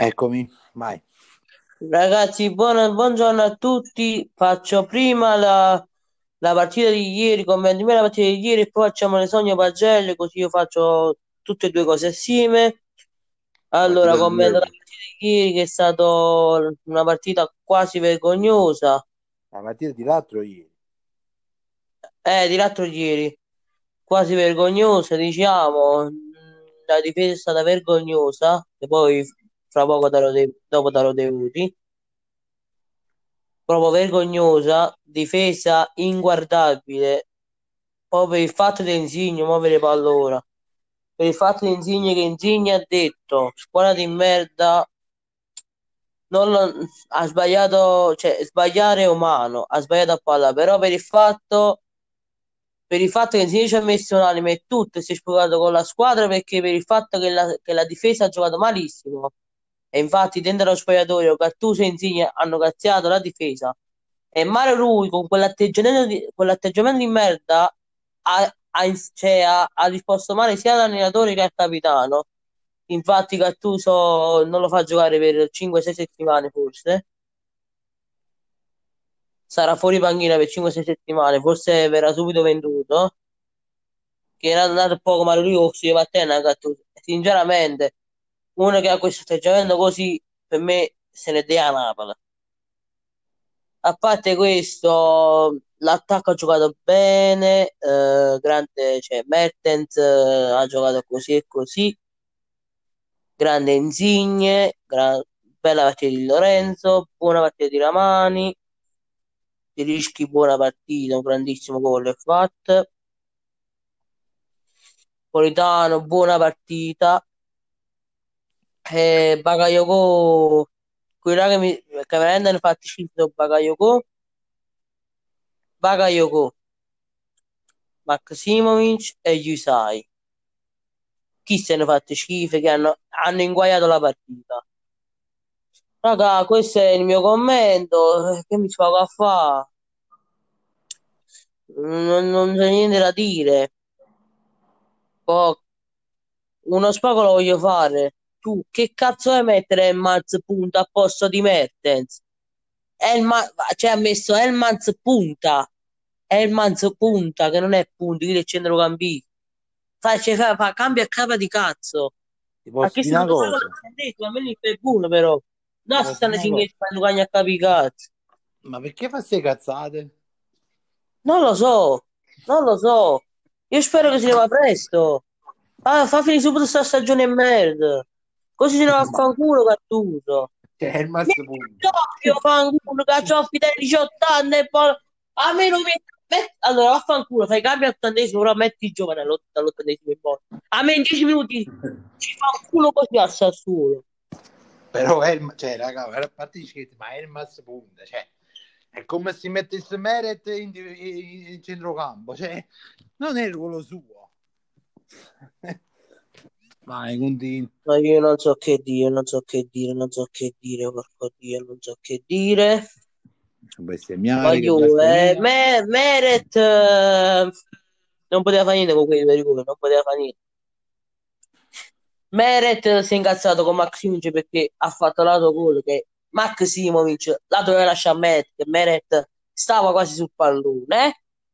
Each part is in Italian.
Eccomi, vai. Ragazzi, buongiorno a tutti. Faccio prima la partita di ieri, commento prima la partita di ieri e poi facciamo le sogne pagelle, così io faccio tutte e due cose assieme. La Allora, partita di commento la ieri. partita di ieri che è stata una partita quasi vergognosa. La partita di l'altro ieri. Di l'altro ieri, quasi vergognosa, diciamo. La difesa è stata vergognosa, e poi fra poco dopo darò dei voti. Proprio vergognosa, difesa inguardabile, proprio per il fatto di Insigne, muovere palla ora. Per il fatto di Insigne che Insigne ha detto, squadra di merda, non lo- ha sbagliato, cioè sbagliare è umano, ha sbagliato a palla, però per il fatto che Insigne ci ha messo un'anima e tutto, e si è sfogato con la squadra perché per il fatto che la difesa ha giocato malissimo. E infatti dentro lo spogliatoio Gattuso e Insigne hanno cazziato la difesa. E Mario Rui con quell'atteggiamento di merda ha risposto male sia all'allenatore che al capitano. Infatti Gattuso non lo fa giocare per 5-6 settimane forse. Sarà fuori panchina per 5-6 settimane, forse verrà subito venduto. Che era andato poco Mario Rui o si deve attendere a Gattuso. Sinceramente, uno che ha questo atteggiamento così, per me se ne dea a Napoli. A parte questo, l'attacco ha giocato bene, grande, cioè Mertens ha giocato così e così, grande Insigne, bella partita di Lorenzo, buona partita di Ramani, di Rischi buona partita, un grandissimo gol è fatto, Politano buona partita, Bakayoko, quella che veramente hanno fatto schifo Bakayoko, Maksimovic e Yusai. Chi se ne fatti schifo che hanno inguaiato la partita. Raga, questo è il mio commento. Che mi fa a fare? Non c'è niente da dire. Poi, uno spago lo voglio fare. Tu che cazzo vuoi mettere Elmaz punta a posto di Mertens? Cioè ha messo Elmaz punta. Elmaz punta, che non è punta, che è centrocampista. Cambia capa di cazzo. Ti A posso che si dire una può fare cosa? l'ottantesimo? A me il per uno però. Ti No, si posso stanno dire una cosa? cinghietti fanno cagna a capi cazzo. Ma perché fa ste cazzate? Non lo so, non lo so. Io spero che si ne va presto. Fa finire subito sta stagione e merda. Così se ne va a Ma fanculo Gattuso. c'è il mazzo Metti punta. Cioffi, fanculo, che Cioffi dai 18 anni e poi a me non allora vaffanculo, fai cambio all'ottantesimo, però metti i giovani all'ottantesimo in poi. A me in 10 minuti ci fa un culo così al Sassuolo. Però è cioè, raga, a parte gli scherzi, ma è il mazzo punta, cioè, è come se mettesse Meret in centrocampo, cioè, non è il ruolo suo. Vai, continui. Ma io non so che dire, non so che dire, non so che dire, porco Dio, non so che dire. Bestemmiare, che Juve, blasfemia. Meret non poteva fare niente con quei due rigori, non poteva fare niente. Meret si è incazzato con Maximovic perché ha fatto l'autogol che Maximovic la doveva lasciare a Meret, che Meret stava quasi sul pallone.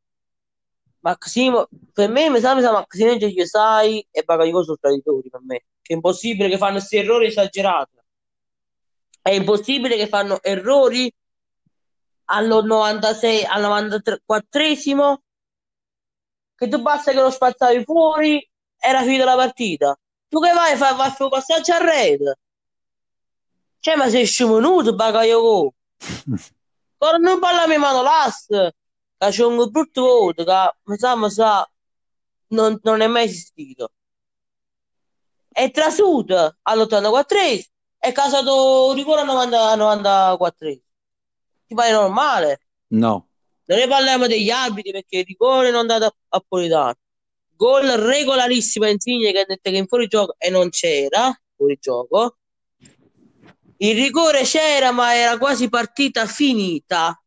Per me mi sa Maximovic gli sai e Bakayoko sono traditori per me. Che è impossibile che fanno questi errori esagerati. È impossibile che fanno errori allo 96, al 94esimo che tu basta che lo spazzavi fuori, era finita la partita. Tu che vai a fare un passaggio a rete. Cioè, ma sei scemunuto, Bakayoko. Ora non parliamo in mano l'ast, che c'è un brutto voto che mi sa, non è mai esistito. È trasuto all'84esimo e casato rigore al 94esimo. Ti pare normale? No, Non ne parliamo degli arbitri perché il rigore non dato a Politano. Gol regolarissimo a Insigne che ha detto che in fuorigioco e non c'era fuorigioco. Il rigore c'era ma era quasi partita finita.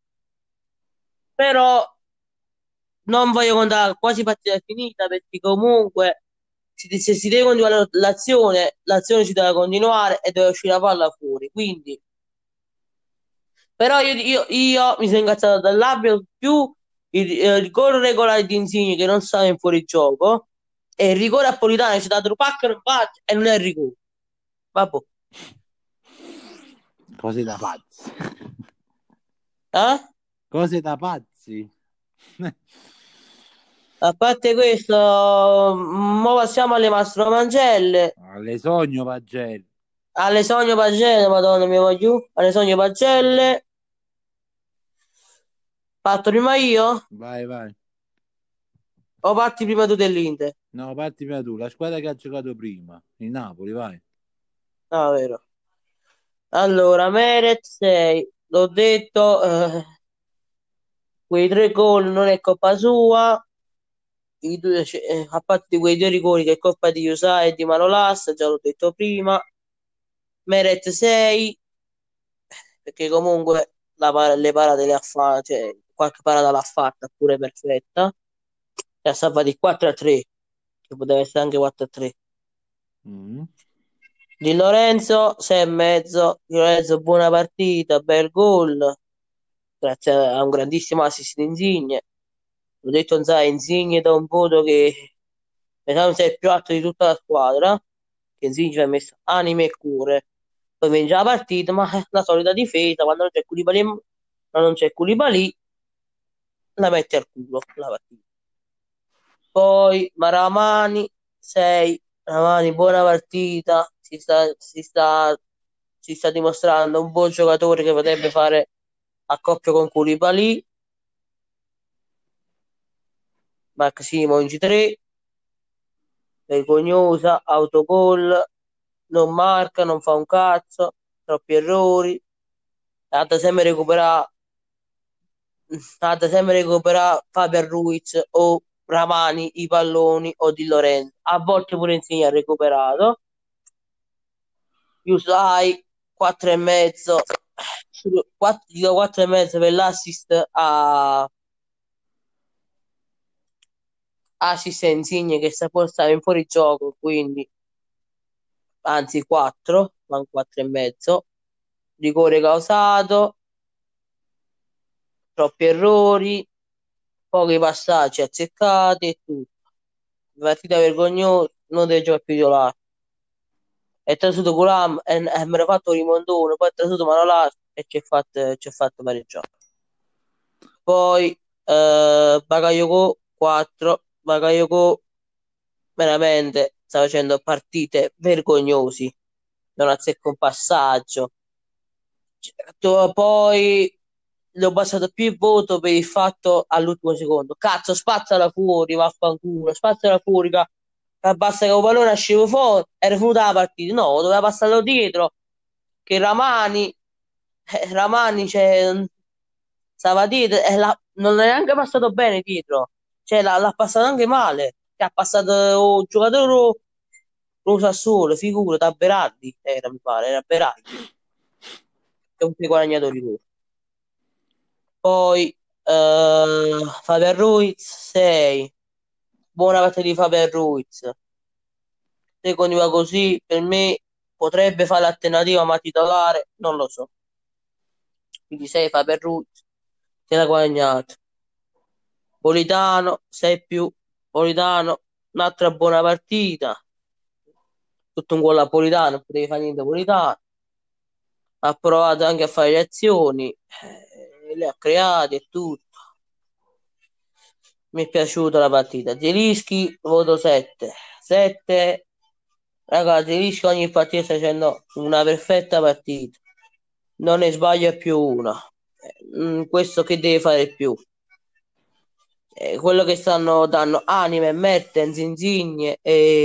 Però non voglio contare quasi partita finita perché comunque se si deve continuare l'azione si deve continuare e deve uscire la palla fuori. Quindi, però io mi sono incazzato dall'arbitro più il gol regolare di Insigne che non stava in fuorigioco e il rigore a Politano ci ha dato un pacco e non è il rigore. Vabbè. Cose da pazzi. Eh? Cose da pazzi. A parte questo, mo passiamo alle Mastromangelle, Le sogno, Pagel. alle Sogno Pagelle, madonna mia, voglio, alle Sogno Pagelle. Parto prima io Vai, vai. o parti prima tu dell'Inter? No, parti prima tu. La squadra che ha giocato prima. Il Napoli, vai. No, vero. Allora, Meret 6, l'ho detto, quei 3 gol non è colpa sua, a parte quei 2 rigori che è colpa di Usai e di Manolas, già l'ho detto prima. Meret 6, perché comunque le parate le ha fatte, cioè, qualche parata l'ha fatta pure perfetta, e ha salvato il 4-3, che poteva essere anche 4-3. Mm. Di Lorenzo 6,5. Di Lorenzo buona partita, bel gol, grazie a un grandissimo assist di Insigne. L'ho detto, non sai, Insigne da un voto che pensiamo sia il più alto di tutta la squadra, che Insigne ci ha messo anime e cuore. Poi vince la partita, ma la solita difesa, quando non c'è Koulibaly, la mette al culo la partita. Poi Maramani 6, Maramani buona partita, si sta dimostrando un buon giocatore che potrebbe fare a coppia con Koulibaly. Maximovic 3, vergognosa, autogol, non marca, non fa un cazzo, troppi errori, ha da sempre recuperare Fabian Ruiz o Ramani i palloni o Di Lorenzo, a volte pure Insigne ha recuperato. Usai 4,5, dico 4,5 per l'assist assist a Insigne che stava in fuorigioco, quindi anzi 4, ma un 4,5. Rigore causato, troppi errori, pochi passaggi azzeccati e tutto. Partita vergognosa, non deve giocare più titolare. È trasuto Gulam e me ne ha fatto un rimondone, poi è trasuto Manolas e ci ha fatto pareggiare. Poi Bakayoko 4, Bakayoko veramente sta facendo partite vergognosi, non azzecca un passaggio. Poi gli ho passato più il voto per il fatto all'ultimo secondo. Cazzo, spazzala fuori, vaffanculo, spazzala fuori, basta che un pallone usciva fuori, era finita la partita. No, doveva passarlo dietro, che Ramani stava dietro e non è neanche passato bene dietro, cioè l'ha passato anche male, che ha passato un giocatore lo Sassuolo, figura, da Berardi, mi pare, era Berardi, che è un guadagnatori loro. Poi Faber Ruiz 6, buona partita di Faber Ruiz. Se continua così, per me potrebbe fare l'alternativa ma titolare, non lo so. Quindi 6 Faber Ruiz, se l'ha guadagnato. Politano 6 più, Politano, un'altra buona partita. Tutto un gol a Politano, non potevi fare niente a Politano. Ha provato anche a fare le azioni, le ha create e tutto. Mi è piaciuta la partita. Zelischi, voto 7. 7, ragazzi, Zelischi ogni partita sta facendo una perfetta partita. Non ne sbaglia più una. Questo che deve fare più? Quello che stanno dando Anime, Mertens, Insigne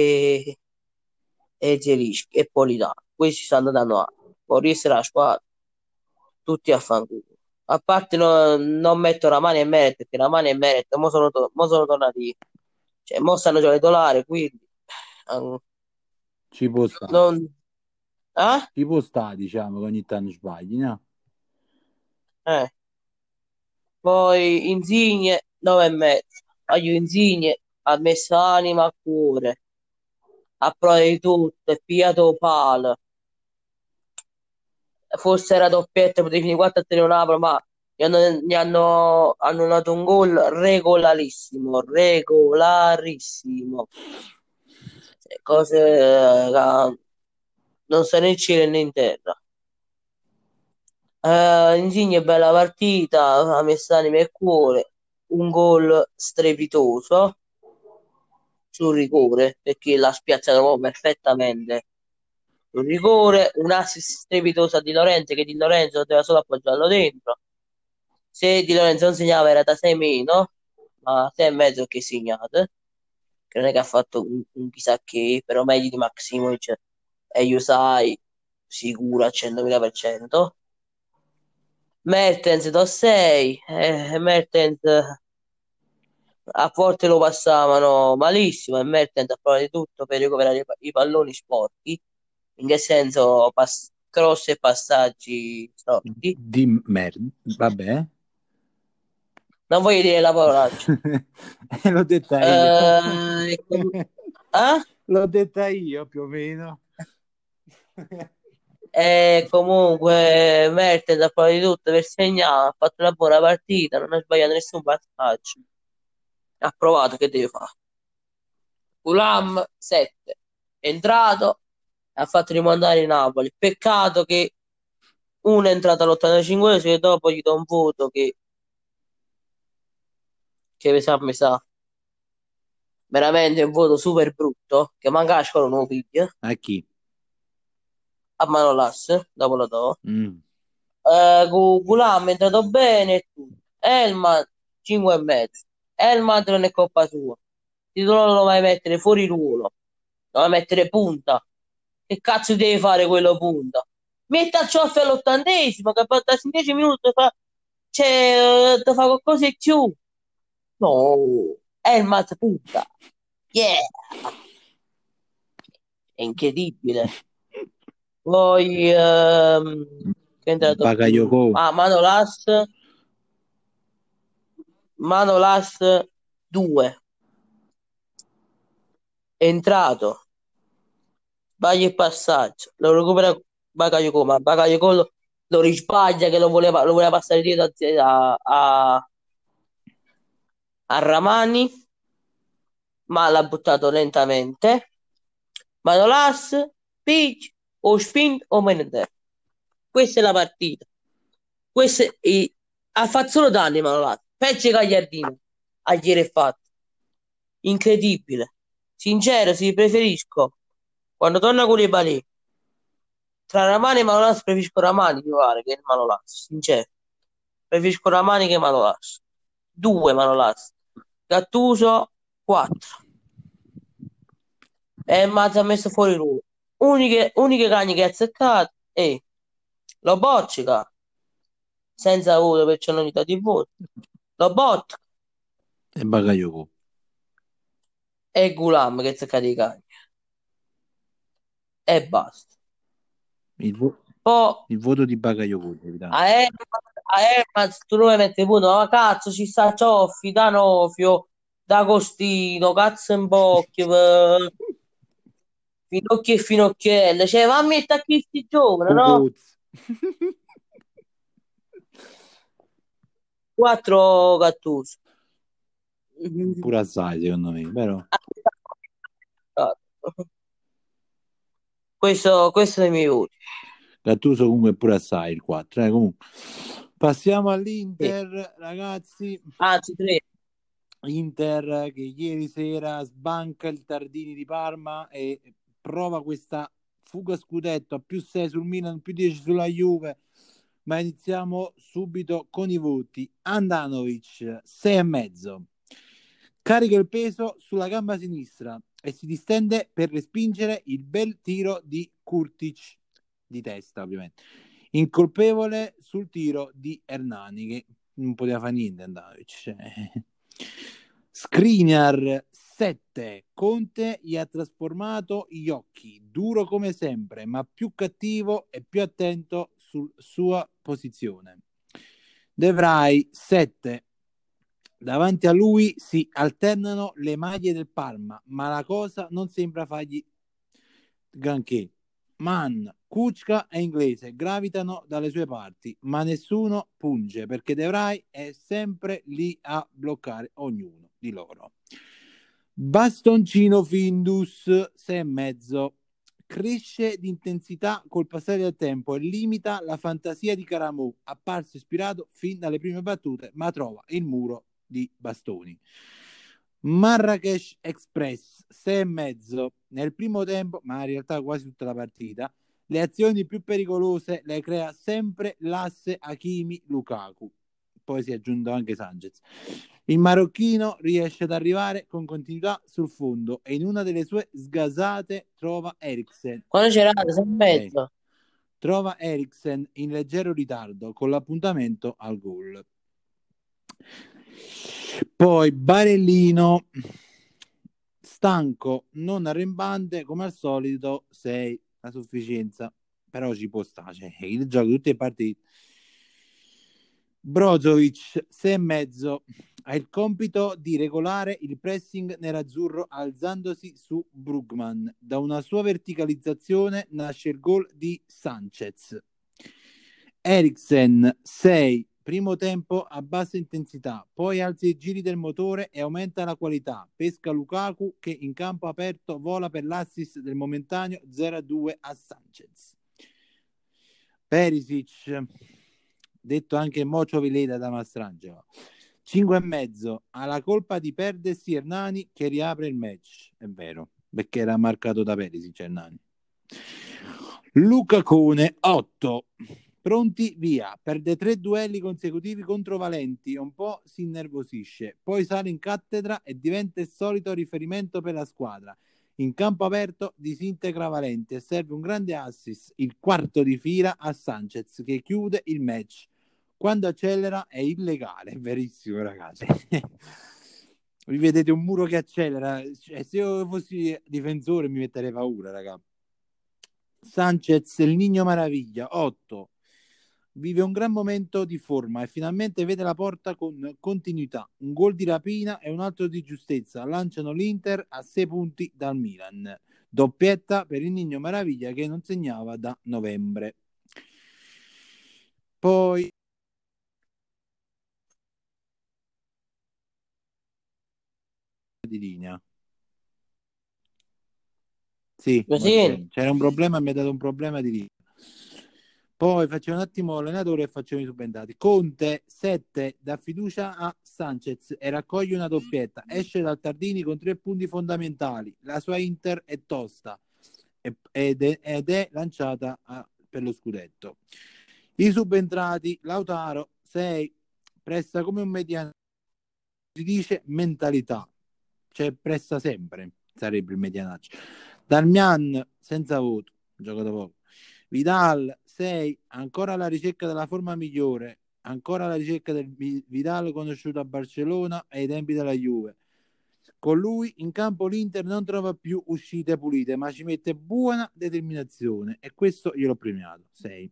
e Zelischi e Politano. Questi stanno dando anime. Poi resta la squadra, tutti a fanculo. A parte non metto Ramani e Meret, perché Ramani e Meret mo sono tornati, cioè mo stanno giocando titolare, quindi eh, Ci può stare. non, eh? Ci può stare, diciamo, che ogni tanto sbagli, no? Eh. Poi Insigne 9,5. Voglio Insigne ha messo anima a cuore, a prova di tutto, è pigliato palo. Forse era doppietta, potevi finire 4-3 a Napoli, ma hanno annullato un gol regolarissimo, regolarissimo. Cioè, cose non sta né in cielo né in terra. Insigne, bella partita, ha messo anima e cuore, un gol strepitoso sul rigore, perché l'ha spiazzato proprio perfettamente sul rigore, un assist strepitoso a Di Lorenzo, che Di Lorenzo doveva solo appoggiarlo dentro. Se Di Lorenzo non segnava era da 6 meno, ma 6 e mezzo che segnate, che non è che ha fatto un chissà che, però meglio di Maximovic e Yusai sicuro al 100.000%. Mertens da 6, Mertens a volte lo passavano malissimo e Mertens ha provato di tutto per recuperare i palloni sporchi, in che senso cross e passaggi storti. Vabbè. Non voglio dire la parolaccia. L'ho detta io. Ah? L'ho detta io più o meno. E comunque Mertens ha provato di tutto per segnare, ha fatto una buona partita, non ha sbagliato nessun passaggio. Ha provato, che deve fare? Ulam 7, è entrato, ha fatto rimandare il Napoli. Peccato che uno è entrato all'85 e dopo gli do un voto che mi sa veramente un voto super brutto, che manca la scuola non lo piglia, A chi? a Manolas, dopo lo do. Mm. Gulam è entrato bene e tutto. Elman 5 e mezzo. Elman non è colpa sua. Il titolare lo vai a mettere fuori ruolo, lo vai a mettere punta. Che cazzo devi fare quello punta? Metta il cioffi all'80°, che da 10 minuti fa, cioè, ti fa qualcosa di più. No, Elman punta. Yeah, è incredibile. Poi, che è entrato più? Bakayoko. Ah, Manolas 2, è entrato, sbaglia il passaggio, lo recupera Bakayoko, ma Bakayoko lo risbaglia che lo voleva passare dietro a Ramani, ma l'ha buttato lentamente. Manolas, Pic, o spinto o Mendes. Questa è la partita. Ha fatto solo danni Manolas, peggio che Gagliardino a ieri è fatto. Incredibile. Sincero, si preferisco quando torna Koulibaly tra Ramani e Manolas preferisco Ramani di pare che il Manolas, sincero. Preferisco Ramani che Manolas. 2 Manolas. Gattuso 4. E Mazza ha messo fuori lui. Uniche cagni che ha azzeccato e lo boccica senza voto perché non gli dà di voto. Lo bot E Bakayoko. e Gulam che ha azzeccato i cagni. E basta. Il Poi voto di Bakayoko, a Hermans tu non mi metti punto, ma cazzo ci sta Cioffi, D'Onofrio, D'Agostino, Katzenbock, Finocchi e Finocchiello, cioè va a mettere a questi giovani, no? 4 Gattuso. Pure assai, secondo me, però. Questo sono i miei voti. Gattuso comunque pure assai il 4. Comunque. Passiamo Sì. all'Inter, ragazzi. Anzi, 3. Inter che ieri sera sbanca il Tardini di Parma e prova questa fuga scudetto a più 6 sul Milan, più 10 sulla Juve. Ma iniziamo subito con i voti. Andanovic 6,5. Carica il peso sulla gamba sinistra e si distende per respingere il bel tiro di Kurtic, di testa ovviamente. Incolpevole sul tiro di Hernani, che non poteva fare niente Andanovic. Skriniar 7. Conte gli ha trasformato gli occhi, duro come sempre, ma più cattivo e più attento sulla sua posizione. De Vrij 7. Davanti a lui si alternano le maglie del Parma, ma la cosa non sembra fargli granché. Man, Kuczka e Inglese gravitano dalle sue parti, ma nessuno punge perché De Vrij è sempre lì a bloccare ognuno di loro. Bastoncino Findus 6,5. Cresce di intensità col passare del tempo e limita la fantasia di Caramù, apparso ispirato fin dalle prime battute, ma trova il muro di bastoni. Marrakesh Express 6,5. Nel primo tempo, ma in realtà quasi tutta la partita, le azioni più pericolose le crea sempre l'asse Hakimi-Lukaku. Poi si è aggiunto anche Sanchez. Il marocchino riesce ad arrivare con continuità sul fondo e in una delle sue sgasate trova Eriksen. Quando c'era 6,5. Trova Eriksen in leggero ritardo con l'appuntamento al gol. Poi Barellino stanco, non arrembante come al solito 6, la sufficienza, però ci può stare, cioè, il gioco tutte le partite. Brozovic 6,5. Ha il compito di regolare il pressing nerazzurro alzandosi su Brugman. Da una sua verticalizzazione nasce il gol di Sanchez. Eriksen 6. Primo tempo a bassa intensità, poi alza i giri del motore e aumenta la qualità. Pesca Lukaku che in campo aperto vola per l'assist del momentaneo 0-2 a Sanchez. Perisic, detto anche Mocio Vileda da Mastrangelo, 5,5. Ha la colpa di perdersi Hernani che riapre il match. È vero, perché era marcato da Perisic Hernani. Luca Cone 8. Pronti, via. Perde 3 duelli consecutivi contro Valenti, un po' si innervosisce, poi sale in cattedra e diventa il solito riferimento per la squadra. In campo aperto disintegra Valenti e serve un grande assist, il quarto di fila a Sanchez che chiude il match. Quando accelera è illegale, è verissimo ragazzi. Vi vedete un muro che accelera, cioè, se io fossi difensore mi metterei paura ragazzi. Sanchez, il Nino Maraviglia 8. Vive un gran momento di forma e finalmente vede la porta con continuità. Un gol di rapina e un altro di giustezza lanciano l'Inter a 6 punti dal Milan. Doppietta per il Nino Maraviglia che non segnava da novembre. Poi di linea. Sì, c'era un problema, mi ha dato un problema di linea. Poi facciamo un attimo l'allenatore e facciamo i subentrati. Conte 7 dà fiducia a Sanchez e raccoglie una doppietta. Esce dal Tardini con 3 punti fondamentali. La sua Inter è tosta ed è lanciata per lo scudetto. I subentrati, Lautaro 6, presta come un mediano, si dice mentalità, cioè presta sempre, sarebbe il medianaccio. Darmian senza voto, gioca da poco. Vidal 6, ancora alla ricerca della forma migliore, ancora alla ricerca del Vidal conosciuto a Barcellona ai tempi della Juve. Con lui in campo l'Inter non trova più uscite pulite, ma ci mette buona determinazione e questo gliel'ho premiato. 6.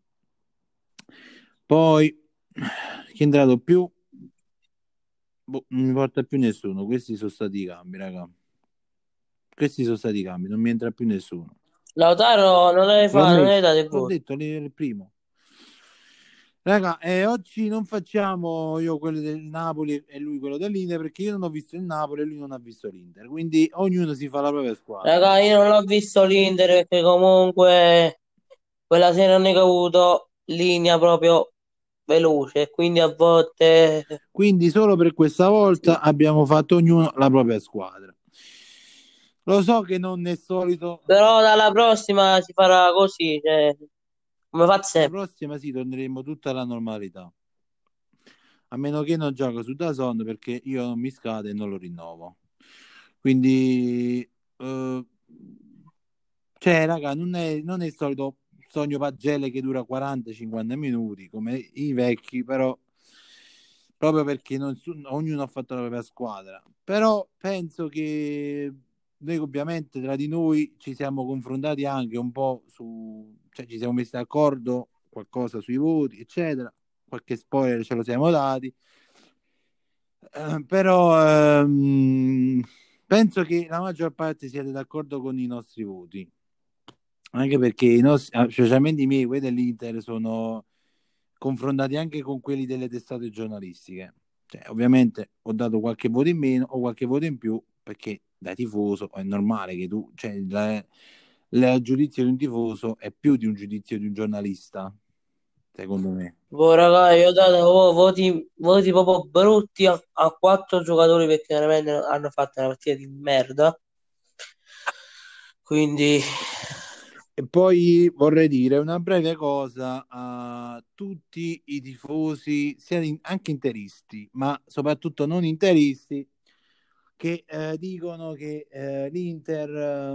Poi chi è entrato più? Non mi porta più nessuno. Questi sono stati i cambi, raga. Questi sono stati i cambi, non mi entra più nessuno. Lautaro non le fa, non le date il L'ho voto. detto il primo. Raga, oggi non facciamo io quello del Napoli e lui quello dell'Inter perché io non ho visto il Napoli e lui non ha visto l'Inter. Quindi ognuno si fa la propria squadra. Raga, io non l'ho visto l'Inter perché comunque quella sera non ho avuto linea proprio veloce, quindi a volte Quindi solo per questa volta abbiamo fatto ognuno la propria squadra. Lo so che non è solito. però dalla prossima si farà così, cioè, come fa La sempre. prossima sì, torneremo tutta alla normalità. A meno che non gioco su DAZN perché io non mi scade e non lo rinnovo. Quindi cioè raga, non è il solito sogno pagelle che dura 40-50 minuti come i vecchi, però proprio perché ognuno ha fatto la propria squadra. Però penso che noi ovviamente tra di noi ci siamo confrontati anche un po' cioè ci siamo messi d'accordo qualcosa sui voti, eccetera. Qualche spoiler ce lo siamo dati. Però penso che la maggior parte siate d'accordo con i nostri voti. Anche perché i nostri, specialmente i miei, quelli dell'Inter, sono confrontati anche con quelli delle testate giornalistiche. Cioè, ovviamente ho dato qualche voto in meno o qualche voto in più, perché da tifoso è normale che tu, cioè, il giudizio di un tifoso è più di un giudizio di un giornalista, secondo me. Boh, raga, io ho dato voti proprio brutti a quattro giocatori perché veramente hanno fatto una partita di merda. Quindi, E poi vorrei dire una breve cosa a tutti i tifosi, anche interisti, ma soprattutto non interisti, che dicono che l'Inter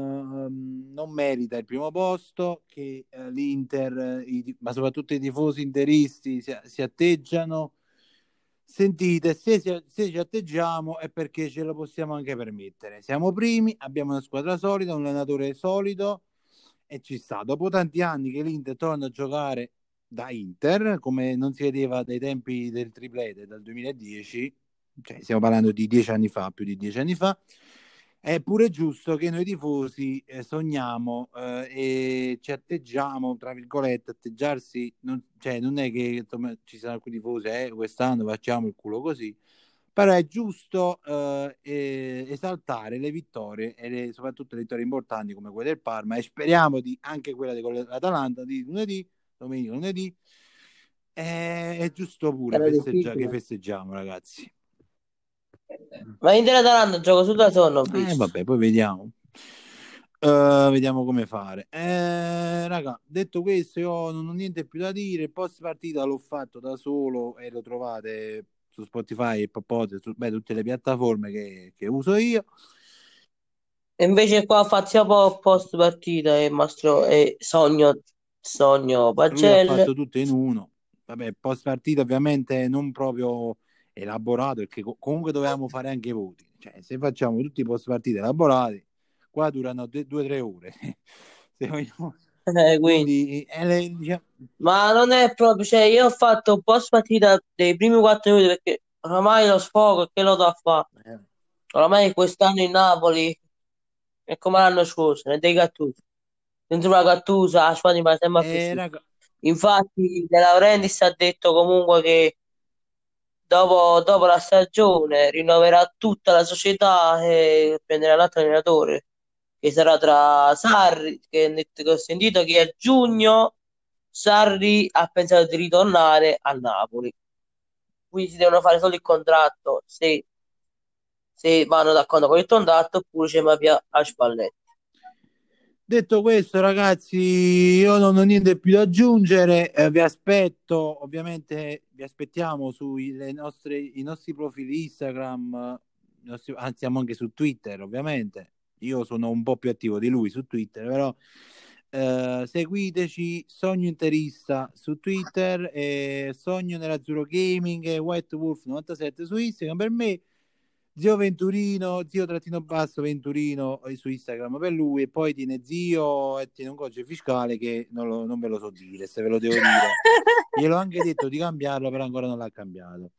non merita il primo posto, che l'Inter, ma soprattutto i tifosi interisti, si atteggiano. Sentite, se ci atteggiamo è perché ce lo possiamo anche permettere. Siamo primi, abbiamo una squadra solida, un allenatore solido e ci sta. Dopo tanti anni che l'Inter torna a giocare da Inter, come non si vedeva dai tempi del triplete dal 2010, cioè stiamo parlando di 10 anni fa, più di 10 anni fa, è pure giusto che noi tifosi sogniamo e ci atteggiamo, tra virgolette, atteggiarsi, cioè non è che insomma, ci saranno alcuni tifosi, quest'anno facciamo il culo così, però è giusto esaltare le vittorie e soprattutto le vittorie importanti come quelle del Parma e speriamo di anche quella dell'Atalanta di lunedì, domenica, lunedì. È giusto pure era che difficile. festeggiamo, ragazzi. Ma Inter Atalanta gioco su da sonno, ho visto. Vabbè, poi vediamo. Vediamo come fare. Raga, detto questo, io non ho niente più da dire. Il post partita l'ho fatto da solo e lo trovate su Spotify e Podcast, su tutte le piattaforme che uso io. E invece qua facciamo post partita e sogno Lui ha pagelle. fatto tutto in uno. Vabbè, post partita ovviamente non proprio elaborato, perché comunque dovevamo fare anche i voti. Cioè, se facciamo tutti i post partita elaborati, qua durano 2 o 3 ore. Se vogliamo. Quindi. Quindi, diciamo, Ma non è proprio, cioè io ho fatto un post partita dei primi 4 minuti perché oramai lo sfogo che lo do a fare. eh, Oramai quest'anno in Napoli è come l'anno scorso, ne dei Gattuso. Dentro la Gattusa la squadra mi sembra così. raga, Infatti De Laurentiis ha detto comunque che dopo la stagione rinnoverà tutta la società e prenderà l'altro allenatore che sarà tra Sarri, che ho sentito che a giugno Sarri ha pensato di ritornare a Napoli. Quindi si devono fare solo il contratto se vanno d'accordo con il contratto oppure c'è Mafia a Spalletti. detto questo, ragazzi, io non ho niente più da aggiungere. Vi aspetto, ovviamente, vi aspettiamo sui i nostri profili Instagram, anzi, siamo anche su Twitter, ovviamente. Io sono un po' più attivo di lui su Twitter, però seguiteci, Sogno Interista su Twitter, Sogno Nell'Azzurro Gaming e White Wolf 97 su Instagram per me. Zio Venturino, zio trattino basso Venturino su Instagram per lui, e poi tiene zio e tiene un codice fiscale che non ve lo so dire, se ve lo devo dire. Gliel'ho anche detto di cambiarlo, però ancora non l'ha cambiato.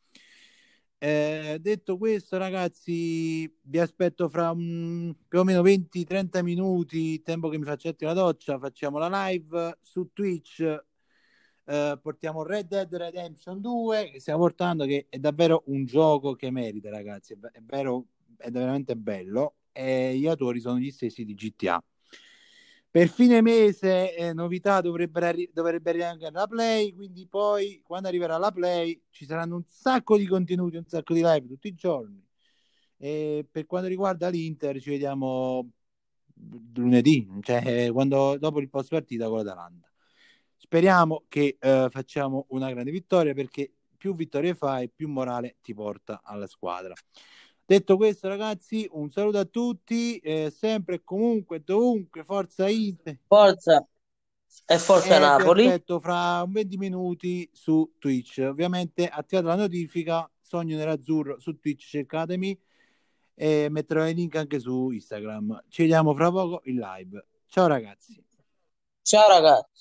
Detto questo, ragazzi, vi aspetto fra più o meno 20-30 minuti, tempo che mi faccio la doccia, facciamo la live su Twitch. Portiamo Red Dead Redemption 2 che stiamo portando, che è davvero un gioco che merita, ragazzi, è vero, è veramente bello e gli autori sono gli stessi di GTA. Per fine mese novità dovrebbe arrivare anche la Play, quindi poi quando arriverà la Play ci saranno un sacco di contenuti, un sacco di live tutti i giorni. E per quanto riguarda l'Inter ci vediamo lunedì, cioè dopo il post partita con l'Atalanta. Speriamo che facciamo una grande vittoria, perché più vittorie fai, più morale ti porta alla squadra. Detto questo, ragazzi, un saluto a tutti, sempre e comunque, dovunque, forza Inter, Forza e forza e vi Napoli. aspetto fra 20 minuti su Twitch. Ovviamente attivate la notifica, Sogno Nerazzurro su Twitch, cercatemi e metterò il link anche su Instagram. Ci vediamo fra poco in live. Ciao ragazzi. Ciao ragazzi.